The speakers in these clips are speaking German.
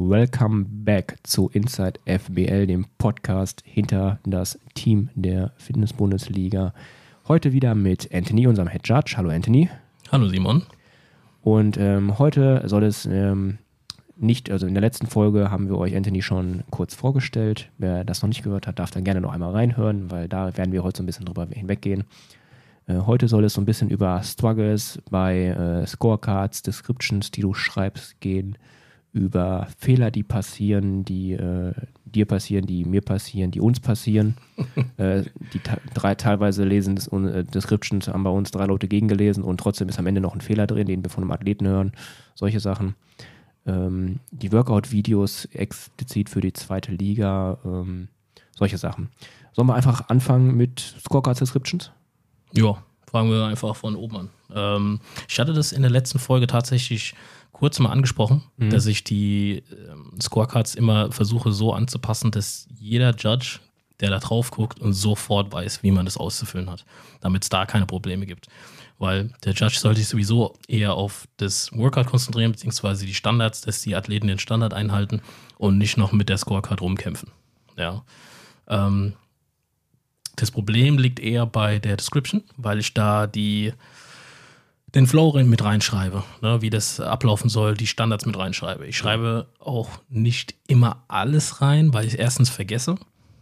welcome back zu Inside FBL, dem Podcast hinter das Team der Fitness-Bundesliga. Heute wieder mit Anthony, unserem Head Judge. Hallo Anthony. Hallo Simon. Und heute soll es nicht, also in der letzten Folge haben wir euch Anthony schon kurz vorgestellt. Wer das noch nicht gehört hat, darf dann gerne noch einmal reinhören, weil da werden wir heute so ein bisschen drüber hinweggehen. Heute soll es so ein bisschen über Struggles bei Scorecards, Descriptions, die du schreibst, gehen, über Fehler, die passieren, die dir passieren, die mir passieren, die uns passieren. Teilweise lesen Descriptions, haben bei uns 3 Leute gegengelesen und trotzdem ist am Ende noch ein Fehler drin, den wir von einem Athleten hören. Solche Sachen. Die Workout-Videos explizit für die zweite Liga, solche Sachen. Sollen wir einfach anfangen mit Scorecards Descriptions? Ja, fangen wir einfach von oben an. Ich hatte das in der letzten Folge tatsächlich kurz mal angesprochen, dass ich die Scorecards immer versuche so anzupassen, dass jeder Judge, der da drauf guckt und sofort weiß, wie man das auszufüllen hat, damit es da keine Probleme gibt. Weil der Judge sollte sich sowieso eher auf das Workout konzentrieren, beziehungsweise die Standards, dass die Athleten den Standard einhalten und nicht noch mit der Scorecard rumkämpfen. Ja. Das Problem liegt eher bei der Description, weil ich da den Flow mit reinschreibe, ne, wie das ablaufen soll, die Standards mit reinschreibe. Ich schreibe auch nicht immer alles rein, weil ich es erstens vergesse.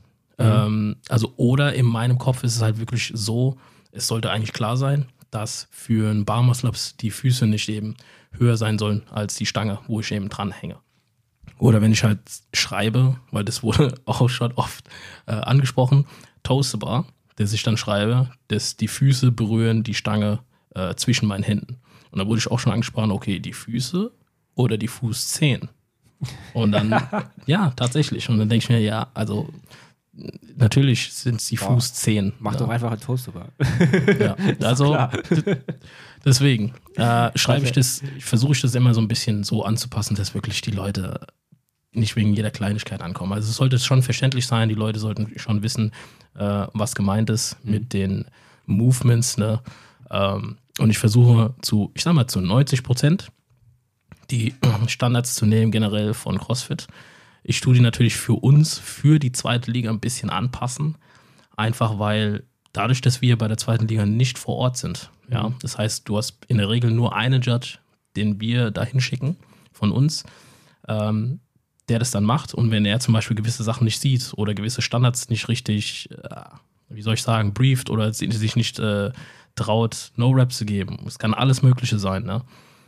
Oder in meinem Kopf ist es halt wirklich so, es sollte eigentlich klar sein, dass für ein Bar Muscle-Ups die Füße nicht eben höher sein sollen als die Stange, wo ich eben dran hänge. Oder wenn ich halt schreibe, weil das wurde auch schon oft angesprochen, Toes the Bar, dass ich dann schreibe, dass die Füße berühren die Stange zwischen meinen Händen. Und da wurde ich auch schon angesprochen, okay, die Füße oder die Fußzehen. Und dann, ja, tatsächlich. Und dann denke ich mir, ja, also natürlich sind es die Fußzehen. Mach doch einfach ein Toes the Bar. Ja, also deswegen versuche ich das immer so ein bisschen so anzupassen, dass wirklich die Leute nicht wegen jeder Kleinigkeit ankommen. Also es sollte schon verständlich sein, die Leute sollten schon wissen, was gemeint ist mit den Movements, ne? Und ich versuche zu 90% die Standards zu nehmen, generell von CrossFit. Ich tue die natürlich für die zweite Liga ein bisschen anpassen, einfach weil dadurch, dass wir bei der zweiten Liga nicht vor Ort sind, ja, das heißt, du hast in der Regel nur einen Judge, den wir da hinschicken von uns, der das dann macht, und wenn er zum Beispiel gewisse Sachen nicht sieht oder gewisse Standards nicht richtig, brieft oder sich nicht traut, No-Rap zu geben, es kann alles Mögliche sein, ne?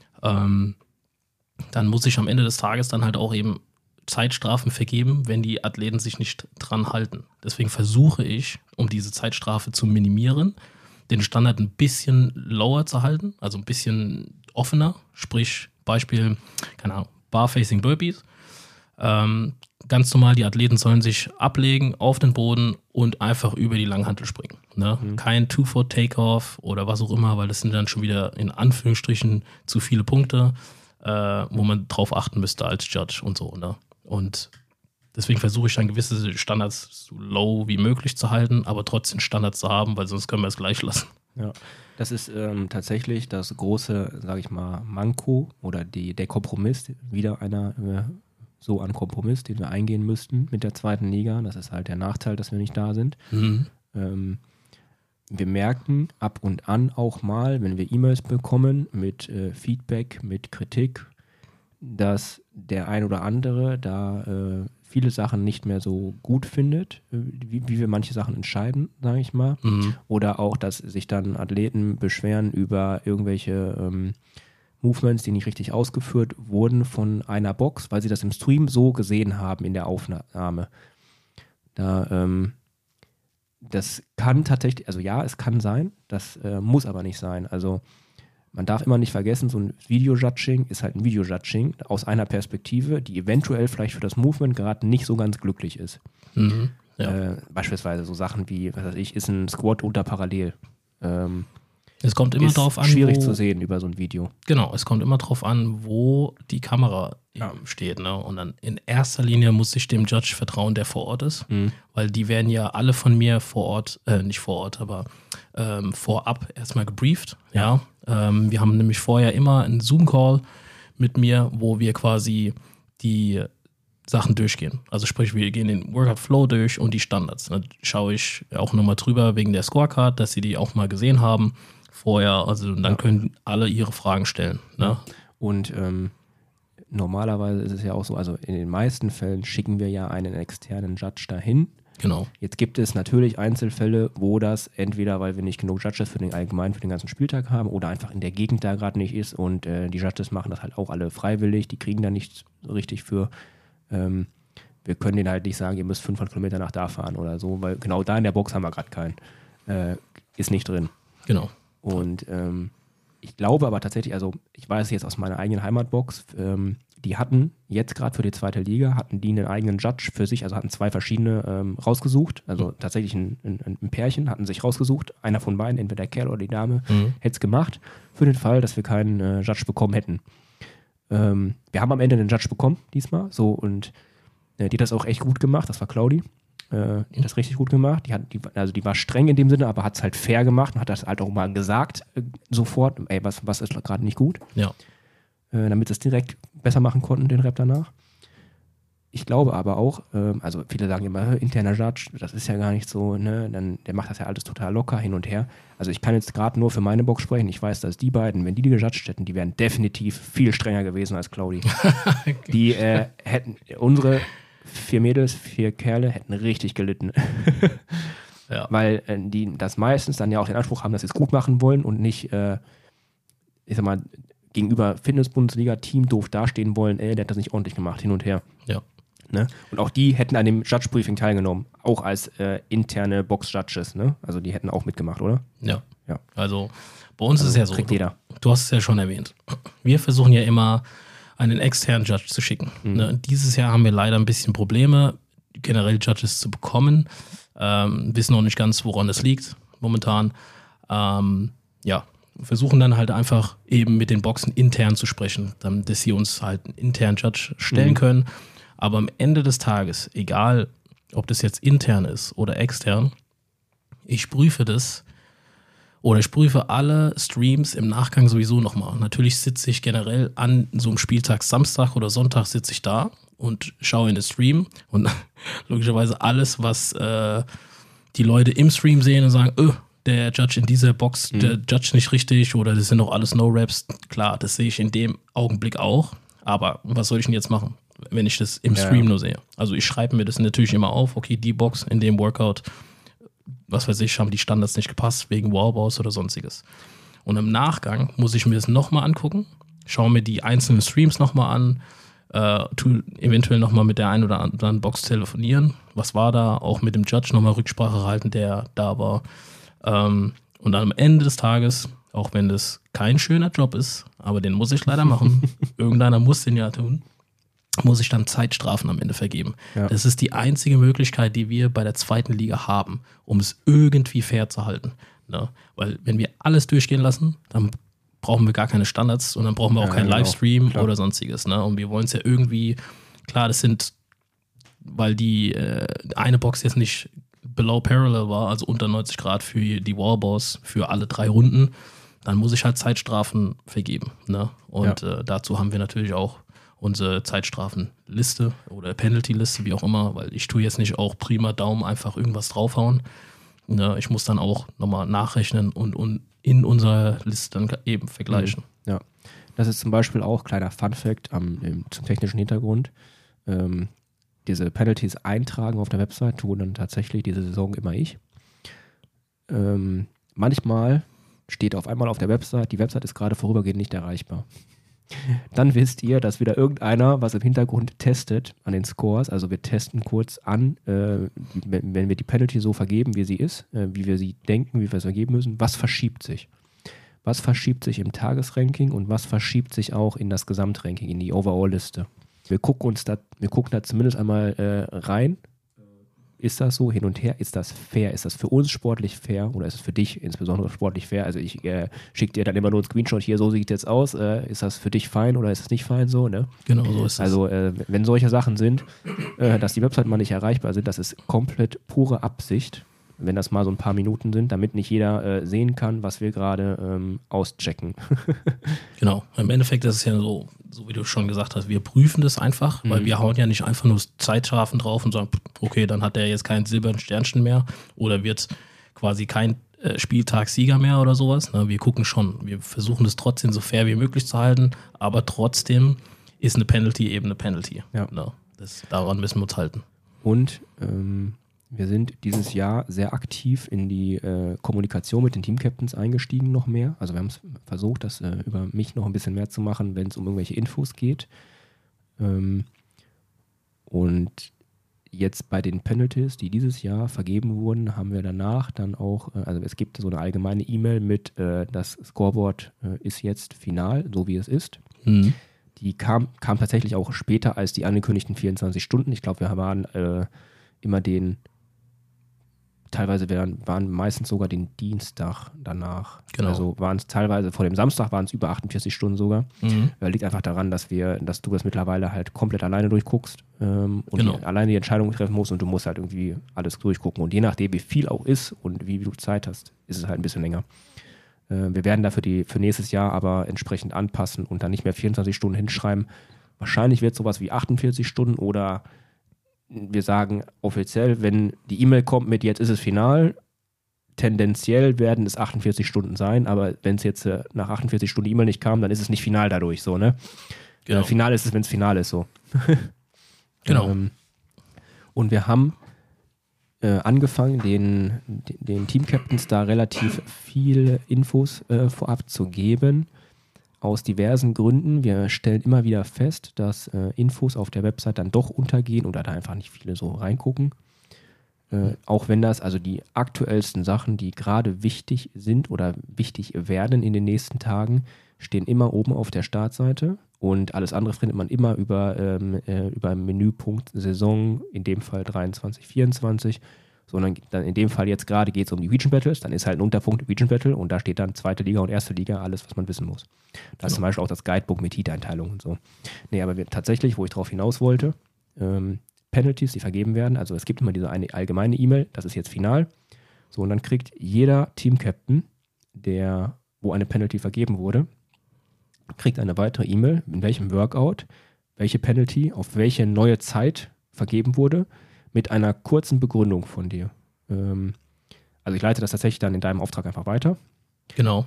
Dann muss ich am Ende des Tages dann halt auch eben Zeitstrafen vergeben, wenn die Athleten sich nicht dran halten. Deswegen versuche ich, um diese Zeitstrafe zu minimieren, den Standard ein bisschen lower zu halten, also ein bisschen offener, sprich Beispiel, keine Ahnung, Bar-Facing Burpees. Ganz normal, die Athleten sollen sich ablegen auf den Boden und einfach über die Langhantel springen. Ne? Kein 2-Foot Takeoff oder was auch immer, weil das sind dann schon wieder in Anführungsstrichen zu viele Punkte, wo man drauf achten müsste als Judge und so. Ne? Und deswegen versuche ich dann gewisse Standards so low wie möglich zu halten, aber trotzdem Standards zu haben, weil sonst können wir es gleich lassen. Ja, das ist tatsächlich das große, sage ich mal, Manko oder der Kompromiss, wieder einer so ein Kompromiss, den wir eingehen müssten mit der zweiten Liga. Das ist halt der Nachteil, dass wir nicht da sind. Wir merken ab und an auch mal, wenn wir E-Mails bekommen mit Feedback, mit Kritik, dass der ein oder andere da viele Sachen nicht mehr so gut findet, wie wir manche Sachen entscheiden, sage ich mal. Oder auch, dass sich dann Athleten beschweren über irgendwelche Movements, die nicht richtig ausgeführt wurden von einer Box, weil sie das im Stream so gesehen haben in der Aufnahme. Das kann tatsächlich, also ja, es kann sein, das muss aber nicht sein. Also man darf immer nicht vergessen, so ein Video-Judging ist halt ein Video-Judging aus einer Perspektive, die eventuell vielleicht für das Movement gerade nicht so ganz glücklich ist. Ja. Beispielsweise so Sachen wie, was weiß ich, ist ein Squat unter Parallel. Es kommt immer drauf an, schwierig zu sehen über so ein Video. Genau, es kommt immer drauf an, wo die Kamera steht. Ne? Und dann in erster Linie muss ich dem Judge vertrauen, der vor Ort ist. Weil die werden ja alle von mir vorab erstmal gebrieft. Ja. Wir haben nämlich vorher immer einen Zoom-Call mit mir, wo wir quasi die Sachen durchgehen. Also sprich, wir gehen den Workout Flow durch und die Standards. Da schaue ich auch nochmal drüber wegen der Scorecard, dass sie die auch mal gesehen haben vorher. Also dann können alle ihre Fragen stellen. Ne? Und normalerweise ist es ja auch so, also in den meisten Fällen schicken wir ja einen externen Judge dahin. Genau. Jetzt gibt es natürlich Einzelfälle, wo das entweder, weil wir nicht genug Judges für den ganzen Spieltag haben oder einfach in der Gegend da gerade nicht ist und die Judges machen das halt auch alle freiwillig, die kriegen da nichts richtig für. Wir können denen halt nicht sagen, ihr müsst 500 Kilometer nach da fahren oder so, weil genau da in der Box haben wir gerade keinen. Ist nicht drin. Genau. Und ich glaube aber tatsächlich, also ich weiß jetzt aus meiner eigenen Heimatbox, die hatten jetzt gerade für die zweite Liga, hatten die einen eigenen Judge für sich, also hatten 2 verschiedene rausgesucht, also tatsächlich ein Pärchen hatten sich rausgesucht, einer von beiden, entweder der Kerl oder die Dame, hätte es gemacht, für den Fall, dass wir keinen Judge bekommen hätten. Wir haben am Ende einen Judge bekommen, diesmal, so, und die hat das auch echt gut gemacht, das war Claudi. Die hat das richtig gut gemacht. Die war streng in dem Sinne, aber hat es halt fair gemacht und hat das halt auch mal gesagt, sofort, ey, was ist gerade nicht gut. Ja. Damit sie es direkt besser machen konnten, den Rap danach. Ich glaube aber auch, also viele sagen immer, interner Judge, das ist ja gar nicht so, ne, der macht das ja alles total locker hin und her. Also ich kann jetzt gerade nur für meine Box sprechen. Ich weiß, dass die beiden, wenn die gejudged hätten, die wären definitiv viel strenger gewesen als Claudi. Okay. Die hätten, unsere 4 Mädels, 4 Kerle hätten richtig gelitten. Ja. Weil die das meistens dann ja auch den Anspruch haben, dass sie es gut machen wollen und nicht, ich sag mal, gegenüber Fitness-Bundesliga-Team doof dastehen wollen, der hat das nicht ordentlich gemacht, hin und her. Ja. Ne? Und auch die hätten an dem Judge-Briefing teilgenommen, auch als interne Box-Judges, ne? Also die hätten auch mitgemacht, oder? Ja. Also bei uns ist es ja so, kriegt jeder. Du hast es ja schon erwähnt, wir versuchen ja immer einen externen Judge zu schicken. Ne? Dieses Jahr haben wir leider ein bisschen Probleme, generell Judges zu bekommen. Wissen noch nicht ganz, woran das liegt momentan. Versuchen dann halt einfach eben mit den Boxen intern zu sprechen, dass sie uns halt einen internen Judge stellen können. Aber am Ende des Tages, egal ob das jetzt intern ist oder extern, ich prüfe das oder ich prüfe alle Streams im Nachgang sowieso nochmal. Natürlich sitze ich generell an so einem Spieltag Samstag oder Sonntag sitze ich da und schaue in den Stream und logischerweise alles, was die Leute im Stream sehen und sagen, der Judge in dieser Box, der Judge nicht richtig oder das sind doch alles No-Raps. Klar, das sehe ich in dem Augenblick auch, aber was soll ich denn jetzt machen, wenn ich das im Stream nur sehe? Also ich schreibe mir das natürlich immer auf, okay, die Box in dem Workout, was weiß ich, haben die Standards nicht gepasst, wegen Wallballs oder sonstiges. Und im Nachgang muss ich mir das nochmal angucken, schaue mir die einzelnen Streams nochmal an, eventuell nochmal mit der einen oder anderen Box telefonieren. Was war da? Auch mit dem Judge nochmal Rücksprache halten, der da war. Und dann am Ende des Tages, auch wenn das kein schöner Job ist, aber den muss ich leider machen, irgendeiner muss den ja tun, muss ich dann Zeitstrafen am Ende vergeben. Ja. Das ist die einzige Möglichkeit, die wir bei der zweiten Liga haben, um es irgendwie fair zu halten. Ne? Weil wenn wir alles durchgehen lassen, dann brauchen wir gar keine Standards und dann brauchen wir auch keinen Livestream oder sonstiges. Ne? Und wir wollen es ja irgendwie, klar, das sind, weil die eine Box jetzt nicht below parallel war, also unter 90 Grad für die Wallballs für alle 3 Runden, dann muss ich halt Zeitstrafen vergeben. Ne? Und dazu haben wir natürlich auch unsere Zeitstrafenliste oder Penalty-Liste, wie auch immer, weil ich tue jetzt nicht auch prima Daumen einfach irgendwas draufhauen. Ne? Ich muss dann auch nochmal nachrechnen und in unserer Liste dann eben vergleichen. Ja, das ist zum Beispiel auch, kleiner Fun-Fact zum technischen Hintergrund, diese Penalties eintragen auf der Website, tun dann tatsächlich diese Saison immer ich. Manchmal steht auf einmal auf der Website, die Website ist gerade vorübergehend nicht erreichbar. Dann wisst ihr, dass wieder irgendeiner was im Hintergrund testet an den Scores. Also wir testen kurz an, wenn wir die Penalty so vergeben, wie sie ist, wie wir sie denken, wie wir es vergeben müssen, was verschiebt sich? Was verschiebt sich im Tagesranking und was verschiebt sich auch in das Gesamtranking, in die Overall-Liste? Wir gucken da zumindest einmal rein. Ist das so hin und her? Ist das fair? Ist das für uns sportlich fair oder ist es für dich insbesondere sportlich fair? Also ich schicke dir dann immer nur einen Screenshot hier, so sieht es jetzt aus. Ist das für dich fein oder ist es nicht fein so? Ne? Genau, so ist es. Also wenn solche Sachen sind, dass die Webseiten mal nicht erreichbar sind, das ist komplett pure Absicht. wenn das mal so ein paar Minuten sind, damit nicht jeder sehen kann, was wir gerade auschecken. Genau, im Endeffekt ist es ja so wie du schon gesagt hast, wir prüfen das einfach, weil wir hauen ja nicht einfach nur Zeitstrafen drauf und sagen, okay, dann hat der jetzt kein silbernen Sternchen mehr oder wird quasi kein Spieltagssieger mehr oder sowas. Ne? Wir gucken schon, wir versuchen das trotzdem so fair wie möglich zu halten, aber trotzdem ist eine Penalty eben eine Penalty. Ja. Ne? Daran müssen wir uns halten. Und wir sind dieses Jahr sehr aktiv in die Kommunikation mit den Team-Captains eingestiegen noch mehr. Also wir haben es versucht, das über mich noch ein bisschen mehr zu machen, wenn es um irgendwelche Infos geht. Und jetzt bei den Penalties, die dieses Jahr vergeben wurden, haben wir danach dann auch, also es gibt so eine allgemeine E-Mail mit, das Scoreboard ist jetzt final, so wie es ist. Mhm. Die kam tatsächlich auch später als die angekündigten 24 Stunden. Ich glaube, wir waren immer teilweise waren meistens sogar den Dienstag danach. Genau. Also waren es teilweise, vor dem Samstag waren es über 48 Stunden sogar. Liegt einfach daran, dass du das mittlerweile halt komplett alleine durchguckst und alleine die Entscheidung treffen musst und du musst halt irgendwie alles durchgucken. Und je nachdem, wie viel auch ist und wie du Zeit hast, ist es halt ein bisschen länger. Wir werden dafür für nächstes Jahr aber entsprechend anpassen und dann nicht mehr 24 Stunden hinschreiben. Wahrscheinlich wird es sowas wie 48 Stunden oder wir sagen offiziell, wenn die E-Mail kommt mit jetzt ist es final, tendenziell werden es 48 Stunden sein, aber wenn es jetzt nach 48 Stunden E-Mail nicht kam, dann ist es nicht final dadurch, so, ne? Genau. Final ist es, wenn es final ist, so. Genau. Und wir haben angefangen, den Team-Captains da relativ viel Infos vorab zu geben, aus diversen Gründen. Wir stellen immer wieder fest, dass Infos auf der Website dann doch untergehen oder da einfach nicht viele so reingucken. Auch wenn das, also die aktuellsten Sachen, die gerade wichtig sind oder wichtig werden in den nächsten Tagen, stehen immer oben auf der Startseite und alles andere findet man immer über Menüpunkt Saison, in dem Fall 23, 24. Sondern dann in dem Fall jetzt gerade geht es um die Region Battles, dann ist halt ein Unterpunkt Region Battle und da steht dann zweite Liga und erste Liga, alles, was man wissen muss. Da ist zum Beispiel auch das Guidebook mit Heat-Einteilung und so. Nee, aber tatsächlich, wo ich drauf hinaus wollte, Penalties, die vergeben werden, also es gibt immer diese eine allgemeine E-Mail, das ist jetzt final. So, und dann kriegt jeder Team-Captain, wo eine Penalty vergeben wurde, kriegt eine weitere E-Mail, in welchem Workout, welche Penalty, auf welche neue Zeit vergeben wurde, mit einer kurzen Begründung von dir. Also ich leite das tatsächlich dann in deinem Auftrag einfach weiter. Genau.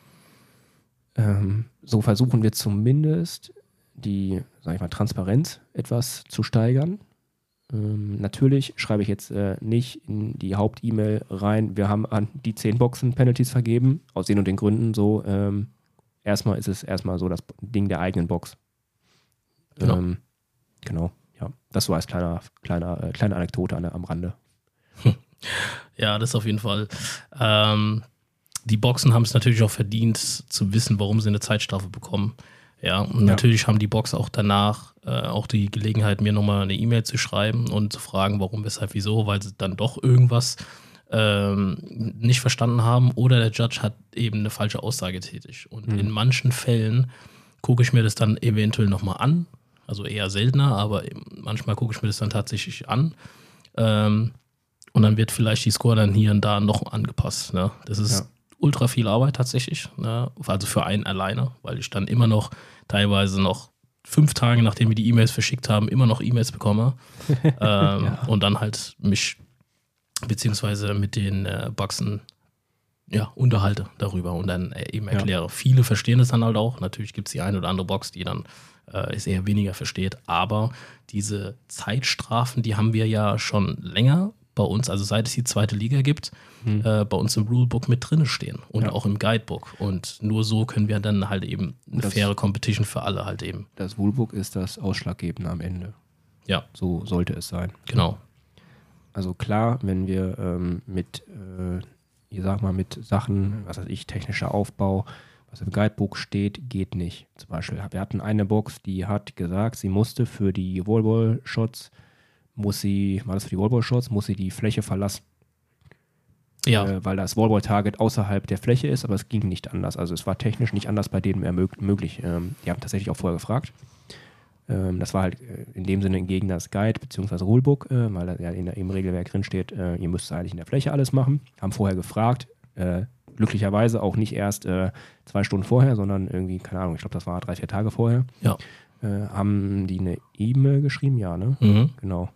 So versuchen wir zumindest die, sag ich mal, Transparenz etwas zu steigern. Natürlich schreibe ich jetzt nicht in die Haupt-E-Mail rein, wir haben an die 10 Boxen Penalties vergeben, aus den und den Gründen so. Erstmal ist es erstmal so das Ding der eigenen Box. Genau. Ja, das so als kleine Anekdote am Rande. Ja, das auf jeden Fall. Die Boxen haben es natürlich auch verdient, zu wissen, warum sie eine Zeitstrafe bekommen. Ja, und natürlich haben die Box auch danach auch die Gelegenheit, mir nochmal eine E-Mail zu schreiben und zu fragen, warum, weshalb, wieso, weil sie dann doch irgendwas nicht verstanden haben oder der Judge hat eben eine falsche Aussage tätig. Und in manchen Fällen gucke ich mir das dann eventuell nochmal an. Also eher seltener, aber manchmal gucke ich mir das dann tatsächlich an. Und dann wird vielleicht die Score dann hier und da noch angepasst. Ne? Das ist ultra viel Arbeit tatsächlich. Ne? Also für einen alleine, weil ich dann immer noch teilweise noch 5 Tage, nachdem wir die E-Mails verschickt haben, immer noch E-Mails bekomme. Und dann halt mich beziehungsweise mit den Boxen unterhalte darüber und dann eben erkläre. Ja. Viele verstehen es dann halt auch. Natürlich gibt es die eine oder andere Box, die dann es eher weniger versteht. Aber diese Zeitstrafen, die haben wir ja schon länger bei uns, also seit es die zweite Liga gibt, bei uns im Rulebook mit drin stehen und auch im Guidebook. Und nur so können wir dann halt eben eine faire Competition für alle halt eben. Das Rulebook ist das Ausschlaggebende am Ende. Ja. So sollte es sein. Genau. Also klar, wenn wir mit Sachen, was weiß ich, technischer Aufbau, was im Guidebook steht, geht nicht. Zum Beispiel, wir hatten eine Box, die hat gesagt, sie musste für die Wallball-Shots, muss sie die Fläche verlassen. Ja. Weil das Wallball-Target außerhalb der Fläche ist, aber es ging nicht anders. Also es war technisch nicht anders bei denen mehr möglich. Die haben tatsächlich auch vorher gefragt. Das war halt in dem Sinne gegen das Guide bzw. Rulebook, weil da ja im Regelwerk drin steht, ihr müsst eigentlich in der Fläche alles machen. Haben vorher gefragt, glücklicherweise auch nicht erst 2 Stunden vorher, sondern irgendwie, keine Ahnung, ich glaube, das war 3-4 Tage vorher. Ja. Haben die eine E-Mail geschrieben? Ja, ne? Genau.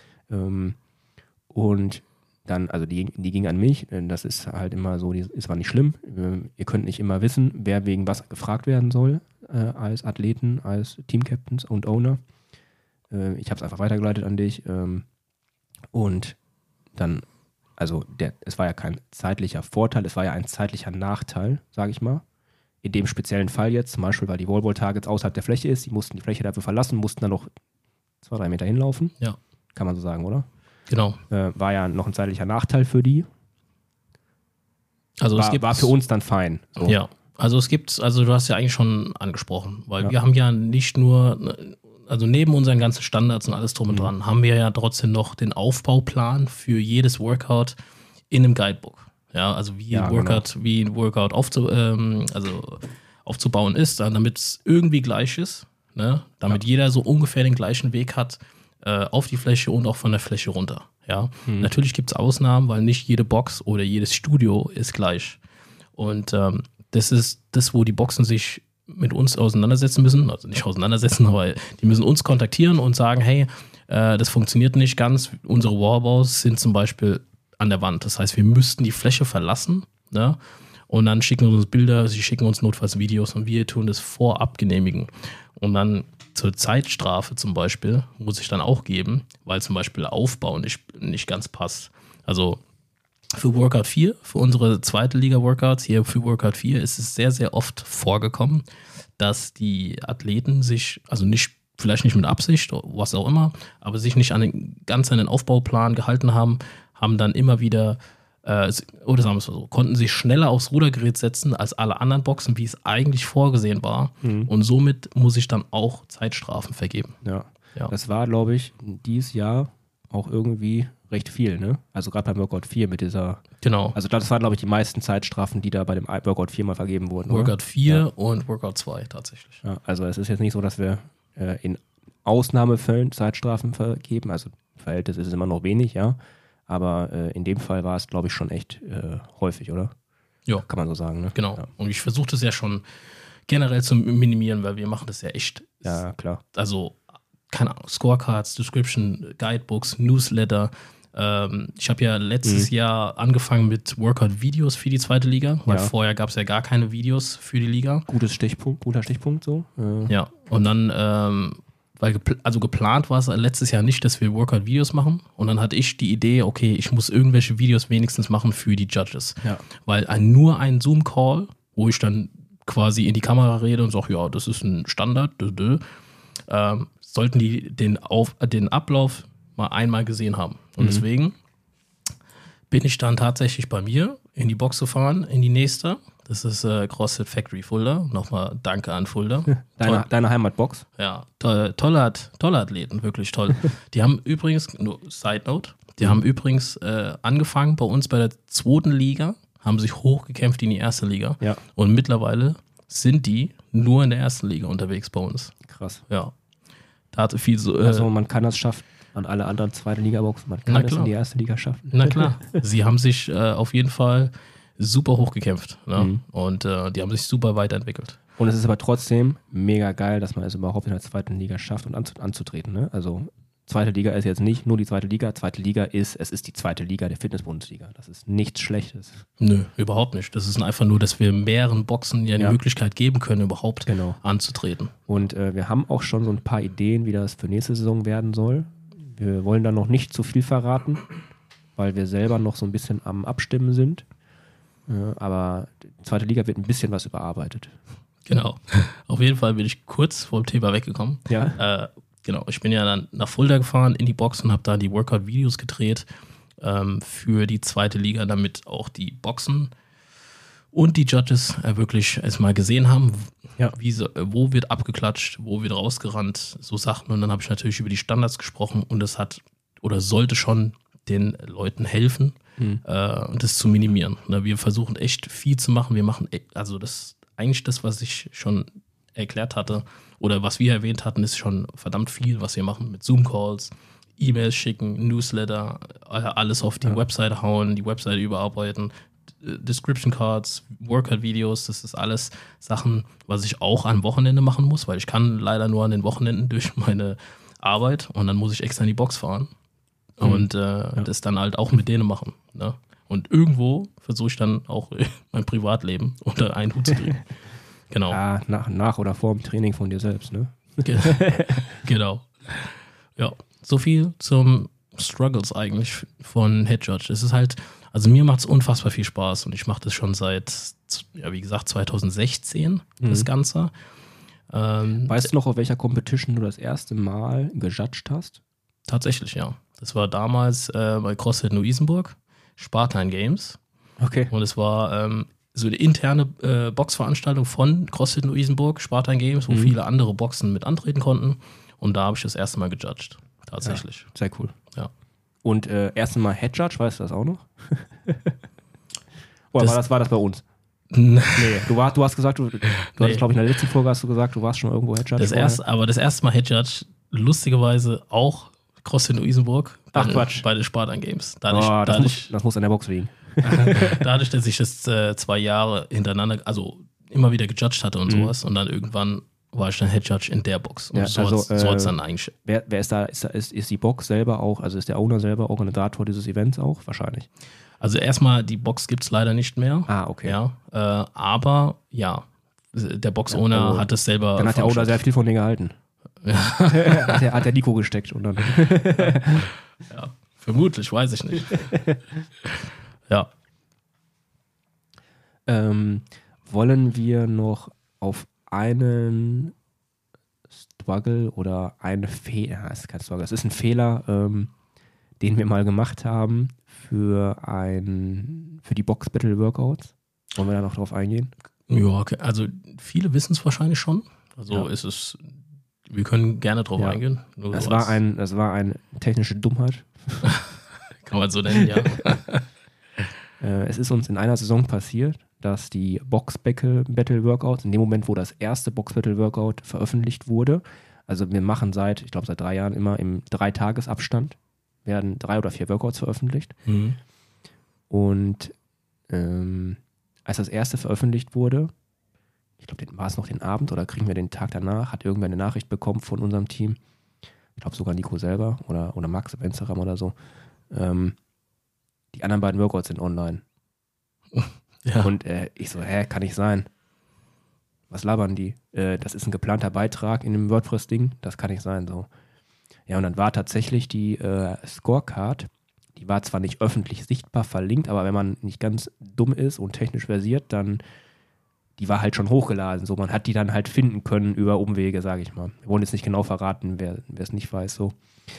Und dann, also die ging an mich. Das ist halt immer so, es war nicht schlimm. Ihr könnt nicht immer wissen, wer wegen was gefragt werden soll, als Athleten, als Teamcaptains und Owner. Ich habe es einfach weitergeleitet an dich. Und dann, also es war ja kein zeitlicher Vorteil, es war ja ein zeitlicher Nachteil, sage ich mal. In dem speziellen Fall jetzt, zum Beispiel, weil die Wallball-Targets außerhalb der Fläche ist, die mussten die Fläche dafür verlassen, mussten dann noch 2-3 Meter hinlaufen. Ja. Kann man so sagen, oder? Genau. War ja noch ein zeitlicher Nachteil für die. Also war für uns dann fein. So. Ja, also du hast ja eigentlich schon angesprochen, weil wir haben ja nicht nur, also neben unseren ganzen Standards und alles drum und dran, haben wir ja trotzdem noch den Aufbauplan für jedes Workout in einem Guidebook. Ja, also wie ein Workout aufzubauen ist, damit es irgendwie gleich ist, ne? Damit jeder so ungefähr den gleichen Weg hat auf die Fläche und auch von der Fläche runter. Ja? Natürlich gibt es Ausnahmen, weil nicht jede Box oder jedes Studio ist gleich. Und das ist das, wo die Boxen sich mit uns auseinandersetzen müssen, also nicht auseinandersetzen, aber die müssen uns kontaktieren und sagen, hey, das funktioniert nicht ganz, unsere Wallballs sind zum Beispiel an der Wand. Das heißt, wir müssten die Fläche verlassen, ne? Und dann schicken sie uns Bilder, sie schicken uns notfalls Videos und wir tun das vorab genehmigen. Und dann zur Zeitstrafe zum Beispiel muss ich dann auch geben, weil zum Beispiel Aufbau nicht ganz passt. Also für Workout 4, für unsere zweite Liga-Workouts, hier für Workout 4 ist es sehr, sehr oft vorgekommen, dass die Athleten sich, also vielleicht nicht mit Absicht, was auch immer, aber sich nicht ganz an den Aufbauplan gehalten haben dann immer wieder, oder sagen wir es mal so, konnten sich schneller aufs Rudergerät setzen als alle anderen Boxen, wie es eigentlich vorgesehen war. Und somit muss ich dann auch Zeitstrafen vergeben. Ja. Das war, glaube ich, dieses Jahr auch irgendwie recht viel, ne? Also gerade beim Workout 4 mit dieser... Genau. Also das waren, glaube ich, die meisten Zeitstrafen, die da bei dem Workout 4 mal vergeben wurden. Workout 4 und Workout 2 tatsächlich. Ja, also es ist jetzt nicht so, dass wir in Ausnahmefällen Zeitstrafen vergeben. Also Verhältnis ist es immer noch wenig, ja. Aber in dem Fall war es, glaube ich, schon echt häufig, oder? Ja. Kann man so sagen, ne? Genau. Ja. Und ich versuche das ja schon generell zu minimieren, weil wir machen das ja echt. Ja, klar. Also, keine Ahnung, Scorecards, Description, Guidebooks, Newsletter. Ich habe ja letztes Jahr angefangen mit Workout-Videos für die zweite Liga, weil vorher gab es ja gar keine Videos für die Liga. Guter Stichpunkt so. Ja, und dann geplant war es letztes Jahr nicht, dass wir Workout-Videos machen. Und dann hatte ich die Idee, okay, ich muss irgendwelche Videos wenigstens machen für die Judges. Ja. Weil nur ein Zoom-Call, wo ich dann quasi in die Kamera rede und sage, ja, das ist ein Standard, sollten die den Ablauf mal einmal gesehen haben. Und deswegen bin ich dann tatsächlich bei mir in die Box gefahren, in die nächste. Das ist CrossFit Factory Fulda. Nochmal danke an Fulda. Deine Heimatbox? Ja, tolle Athleten, wirklich toll. Die haben übrigens, nur Side Note, haben übrigens angefangen bei uns bei der zweiten Liga, haben sich hochgekämpft in die erste Liga. Ja. Und mittlerweile sind die nur in der ersten Liga unterwegs bei uns. Krass. Ja. Da hatte viel so. Also man kann das schaffen. Und alle anderen zweite Liga-Boxen, man kann es in die erste Liga schaffen. Na klar. Sie haben sich auf jeden Fall super hochgekämpft. Ne? Und die haben sich super weiterentwickelt. Und es ist aber trotzdem mega geil, dass man es überhaupt in der zweiten Liga schafft und anzutreten. Ne? Also zweite Liga ist jetzt nicht nur die zweite Liga. Zweite Liga ist die zweite Liga der Fitness-Bundesliga. Das ist nichts Schlechtes. Nö, überhaupt nicht. Das ist einfach nur, dass wir mehreren Boxen ja die Möglichkeit geben können, überhaupt anzutreten. Und wir haben auch schon so ein paar Ideen, wie das für nächste Saison werden soll. Wir wollen da noch nicht zu viel verraten, weil wir selber noch so ein bisschen am Abstimmen sind. Aber die zweite Liga wird ein bisschen was überarbeitet. Genau. Auf jeden Fall bin ich kurz vom Thema weggekommen. Ja. Genau. Ich bin ja dann nach Fulda gefahren in die Box und habe da die Workout-Videos gedreht für die zweite Liga, damit auch die Boxen und die Judges wirklich erstmal gesehen haben, wo wird abgeklatscht, wo wird rausgerannt, so Sachen. Und dann habe ich natürlich über die Standards gesprochen und das sollte schon den Leuten helfen, das zu minimieren. Wir versuchen echt viel zu machen. Wir machen das, was ich schon erklärt hatte oder was wir erwähnt hatten, ist schon verdammt viel, was wir machen mit Zoom-Calls, E-Mails schicken, Newsletter, alles auf die Webseite hauen, die Webseite überarbeiten, Description Cards, Workout-Videos, das ist alles Sachen, was ich auch am Wochenende machen muss, weil ich kann leider nur an den Wochenenden durch meine Arbeit und dann muss ich extra in die Box fahren und das dann halt auch mit denen machen. Ne? Und irgendwo versuche ich dann auch mein Privatleben unter einen Hut zu kriegen. Genau. Ja, nach oder vor dem Training von dir selbst, ne? Genau. Ja, so viel zum Struggles eigentlich von Head Judge. Es ist halt, also mir macht es unfassbar viel Spaß und ich mache das schon seit, ja, wie gesagt, 2016, das Ganze. Weißt du noch, auf welcher Competition du das erste Mal gejudged hast? Tatsächlich, ja. Das war damals bei CrossFit Neu-Isenburg, Spartan Games. Okay. Und es war so eine interne Boxveranstaltung von CrossFit Neu-Isenburg, Spartan Games, wo viele andere Boxen mit antreten konnten. Und da habe ich das erste Mal gejudged. Tatsächlich. Ja, sehr cool. Ja. Und erste Mal Head Judge, weißt du das auch noch? Oder war das bei uns? Nee, du hast gesagt, du hattest, glaube ich, in der letzten Folge hast du gesagt, du warst schon irgendwo Head Judge. Aber das erste Mal Head Judge, lustigerweise auch CrossFit Neu-Isenburg bei den Spartan Games. Das muss an der Box liegen. Dadurch, dass ich das 2 Jahre hintereinander, also immer wieder gejudged hatte und sowas und dann irgendwann war ich dann Head Judge in der Box. Und so hat's dann eigentlich. Wer ist da? Ist die Box selber auch, also ist der Owner selber Organisator dieses Events auch? Wahrscheinlich. Also erstmal, die Box gibt es leider nicht mehr. Ah, okay. Ja, aber ja, der Box-Owner hat es selber. Dann hat der Owner sehr viel von denen gehalten. Ja. hat der Nico gesteckt und dann. Ja, vermutlich, weiß ich nicht. Ja. Wollen wir noch auf einen Struggle oder eine Fehler, es ist kein Struggle, es ist ein Fehler, den wir mal gemacht haben für die Box Battle Workouts. Wollen wir da noch drauf eingehen? Ja, okay. Also viele wissen es wahrscheinlich schon. Also ist es, wir können gerne drauf eingehen. Das war eine technische Dummheit. Kann man so nennen, ja. Es ist uns in einer Saison passiert, dass die Box Battle Workouts, in dem Moment, wo das erste Box Battle Workout veröffentlicht wurde, also wir machen seit 3 Jahren immer im 3-Tages-Abstand, werden 3 oder 4 Workouts veröffentlicht. Und als das erste veröffentlicht wurde, ich glaube, war es noch den Abend oder kriegen wir den Tag danach, hat irgendwer eine Nachricht bekommen von unserem Team, ich glaube sogar Nico selber oder Max auf Instagram oder so, die anderen beiden Workouts sind online. Ja. Und ich so, kann nicht sein. Was labern die? Das ist ein geplanter Beitrag in dem WordPress-Ding, das kann nicht sein. So. Ja, und dann war tatsächlich die Scorecard, die war zwar nicht öffentlich sichtbar verlinkt, aber wenn man nicht ganz dumm ist und technisch versiert, dann, die war halt schon hochgeladen. So, man hat die dann halt finden können über Umwege, sage ich mal. Wir wollen jetzt nicht genau verraten, wer es nicht weiß. So.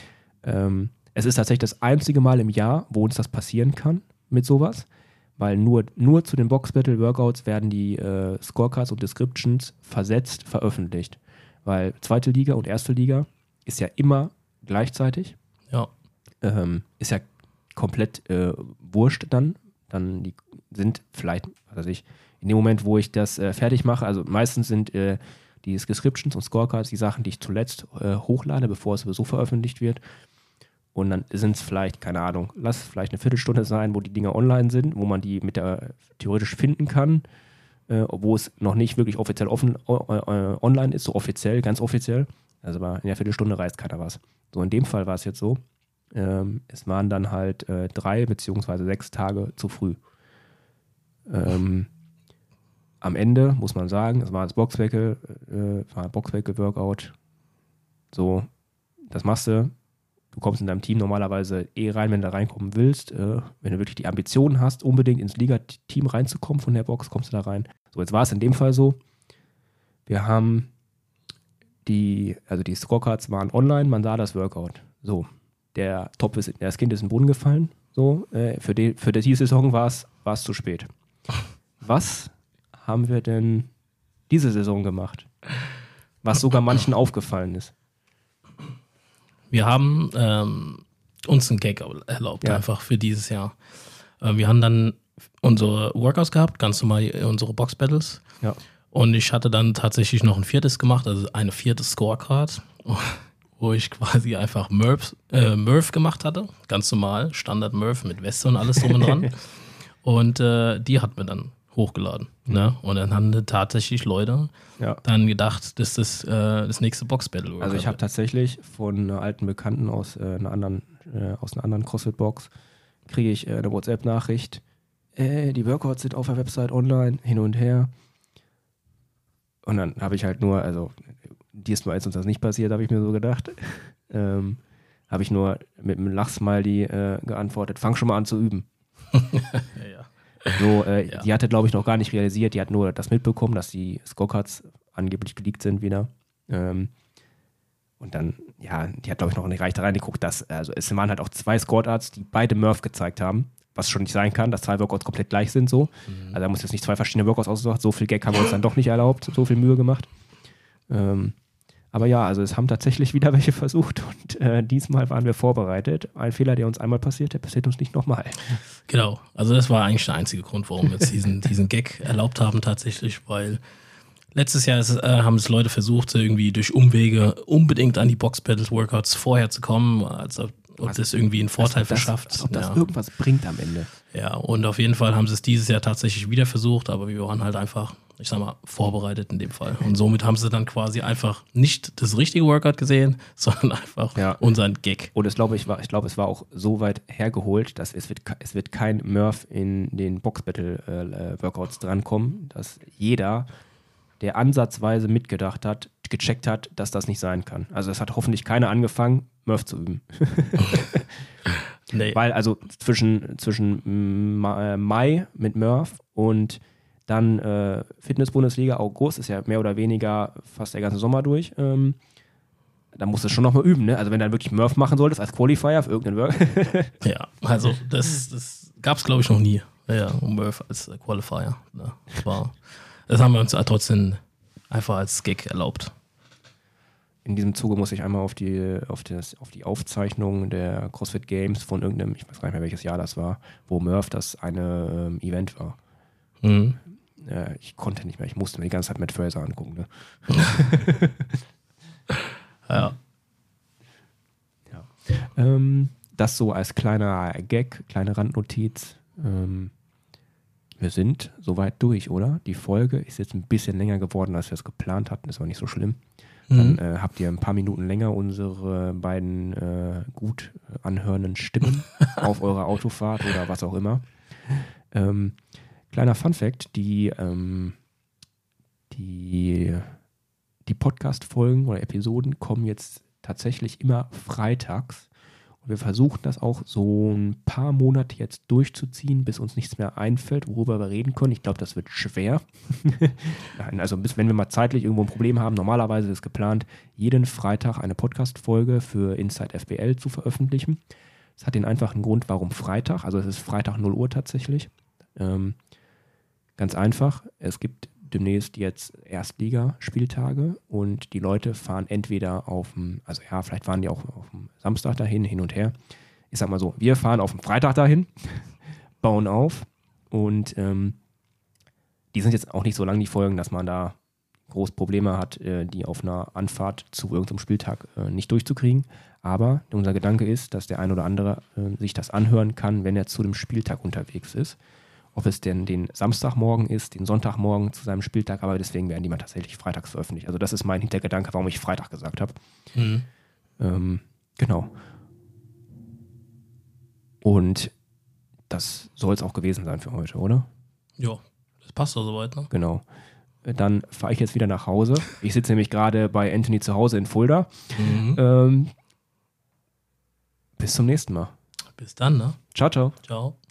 Es ist tatsächlich das einzige Mal im Jahr, wo uns das passieren kann mit sowas, weil nur zu den Box Battle Workouts werden die Scorecards und Descriptions veröffentlicht. Weil 2. Liga und 1. Liga ist ja immer gleichzeitig. Ja. Ist ja komplett wurscht dann. Die sind vielleicht, was weiß ich, in dem Moment, wo ich das fertig mache, also meistens sind die Descriptions und Scorecards die Sachen, die ich zuletzt hochlade, bevor es sowieso veröffentlicht wird. Und dann sind es vielleicht, keine Ahnung, lass es vielleicht eine Viertelstunde sein, wo die Dinger online sind, wo man die theoretisch finden kann, wo es noch nicht wirklich offiziell online ist, so offiziell, ganz offiziell. Also in der Viertelstunde reißt keiner was. So in dem Fall war es jetzt so, es waren dann halt 3 beziehungsweise 6 Tage zu früh. Am Ende muss man sagen, es war das Boxweckel-Workout. So, das machst du. Du kommst in deinem Team normalerweise rein, wenn du reinkommen willst. Wenn du wirklich die Ambitionen hast, unbedingt ins Liga-Team reinzukommen von der Box, kommst du da rein. So, jetzt war es in dem Fall so. Wir haben die Scorecards waren online, man sah das Workout. So, das Kind ist in den Brunnen gefallen. So, für die Saison war es zu spät. Was haben wir denn diese Saison gemacht? Was sogar manchen aufgefallen ist. Wir haben uns einen Gag erlaubt, einfach für dieses Jahr. Wir haben dann unsere Workouts gehabt, ganz normal unsere Box-Battles. Ja. Und ich hatte dann tatsächlich noch ein viertes gemacht, also eine vierte Scorecard, wo ich quasi einfach Murph gemacht hatte. Ganz normal, Standard Murph mit Weste und alles drum und dran. Und die hat mir dann hochgeladen. Ne? Und dann haben tatsächlich Leute dann gedacht, dass das nächste Box-Battle wird. Also ich habe tatsächlich von einer alten Bekannten aus einer anderen CrossFit-Box kriege ich eine WhatsApp-Nachricht. Die Workouts sind auf der Website online, hin und her. Und dann habe ich halt nur, also diesmal ist uns das nicht passiert, habe ich mir so gedacht. Habe ich nur mit einem Lachsmiley geantwortet, fang schon mal an zu üben. So, die hatte, glaube ich, noch gar nicht realisiert, die hat nur das mitbekommen, dass die Scorecards angeblich geleakt sind wieder. Und dann, die hat, glaube ich, noch nicht da reingeguckt, dass, also es waren halt auch 2 Scorecards, die beide Murph gezeigt haben, was schon nicht sein kann, dass 2 Workouts komplett gleich sind, so. Also da muss jetzt nicht 2 verschiedene Workouts ausgesucht, so viel Gag haben wir uns dann doch nicht erlaubt, so viel Mühe gemacht. Aber ja, also es haben tatsächlich wieder welche versucht und diesmal waren wir vorbereitet. Ein Fehler, der uns einmal passiert, der passiert uns nicht nochmal. Genau, also das war eigentlich der einzige Grund, warum wir jetzt diesen Gag erlaubt haben tatsächlich, weil letztes Jahr haben es Leute versucht, irgendwie durch Umwege unbedingt an die Box-Battles-Workouts vorher zu kommen, also ob das irgendwie einen Vorteil verschafft. Ob das irgendwas bringt am Ende. Ja, und auf jeden Fall haben sie es dieses Jahr tatsächlich wieder versucht, aber wir waren halt einfach, ich sag mal, vorbereitet in dem Fall. Und somit haben sie dann quasi einfach nicht das richtige Workout gesehen, sondern einfach unseren Gag. Und ich glaube, es war auch so weit hergeholt, dass es wird kein Murph in den Box-Battle-Workouts drankommen, dass jeder, der ansatzweise mitgedacht hat, gecheckt hat, dass das nicht sein kann. Also es hat hoffentlich keiner angefangen, Murph zu üben. Nee. Weil also zwischen Mai mit Murph und dann Fitness-Bundesliga, August ist ja mehr oder weniger fast der ganze Sommer durch. Da musst du schon nochmal üben, ne? Also wenn du dann wirklich Murph machen solltest als Qualifier für irgendeinen Work. Ja, also das gab es glaube ich noch nie. Ja, Murph als Qualifier. Ne? Das haben wir uns trotzdem einfach als Gag erlaubt. In diesem Zuge muss ich einmal auf die Aufzeichnung der CrossFit Games von irgendeinem, ich weiß gar nicht mehr welches Jahr das war, wo Murph das eine Event war. Mhm. Ich konnte nicht mehr, ich musste mir die ganze Zeit Matt Fraser angucken. Ne? Ja. Das so als kleiner Gag, kleine Randnotiz. Wir sind soweit durch, oder? Die Folge ist jetzt ein bisschen länger geworden, als wir es geplant hatten, ist aber nicht so schlimm. Dann habt ihr ein paar Minuten länger unsere beiden gut anhörenden Stimmen auf eurer Autofahrt oder was auch immer. Kleiner Funfact, die Podcast-Folgen oder Episoden kommen jetzt tatsächlich immer freitags. Und wir versuchen das auch so ein paar Monate jetzt durchzuziehen, bis uns nichts mehr einfällt, worüber wir reden können. Ich glaube, das wird schwer. Nein, also wenn wir mal zeitlich irgendwo ein Problem haben, normalerweise ist geplant, jeden Freitag eine Podcast-Folge für Inside FBL zu veröffentlichen. Das hat den einfachen Grund, warum Freitag. Also es ist Freitag 0 Uhr tatsächlich. Ganz einfach. Es gibt demnächst jetzt Erstligaspieltage und die Leute fahren entweder vielleicht fahren die auch auf dem Samstag dahin, hin und her. Ich sag mal so, wir fahren auf dem Freitag dahin, bauen auf und die sind jetzt auch nicht so lang, die Folgen, dass man da groß Probleme hat, die auf einer Anfahrt zu irgendeinem Spieltag nicht durchzukriegen. Aber unser Gedanke ist, dass der ein oder andere sich das anhören kann, wenn er zu dem Spieltag unterwegs ist. Ob es denn den Samstagmorgen ist, den Sonntagmorgen zu seinem Spieltag, aber deswegen werden die mal tatsächlich freitags veröffentlicht. Also das ist mein Hintergedanke, warum ich Freitag gesagt habe. Genau. Und das soll es auch gewesen sein für heute, oder? Ja, das passt doch soweit, ne? Genau. Dann fahre ich jetzt wieder nach Hause. Ich sitze nämlich gerade bei Anthony zu Hause in Fulda. Bis zum nächsten Mal. Bis dann, ne? Ciao, ciao. Ciao.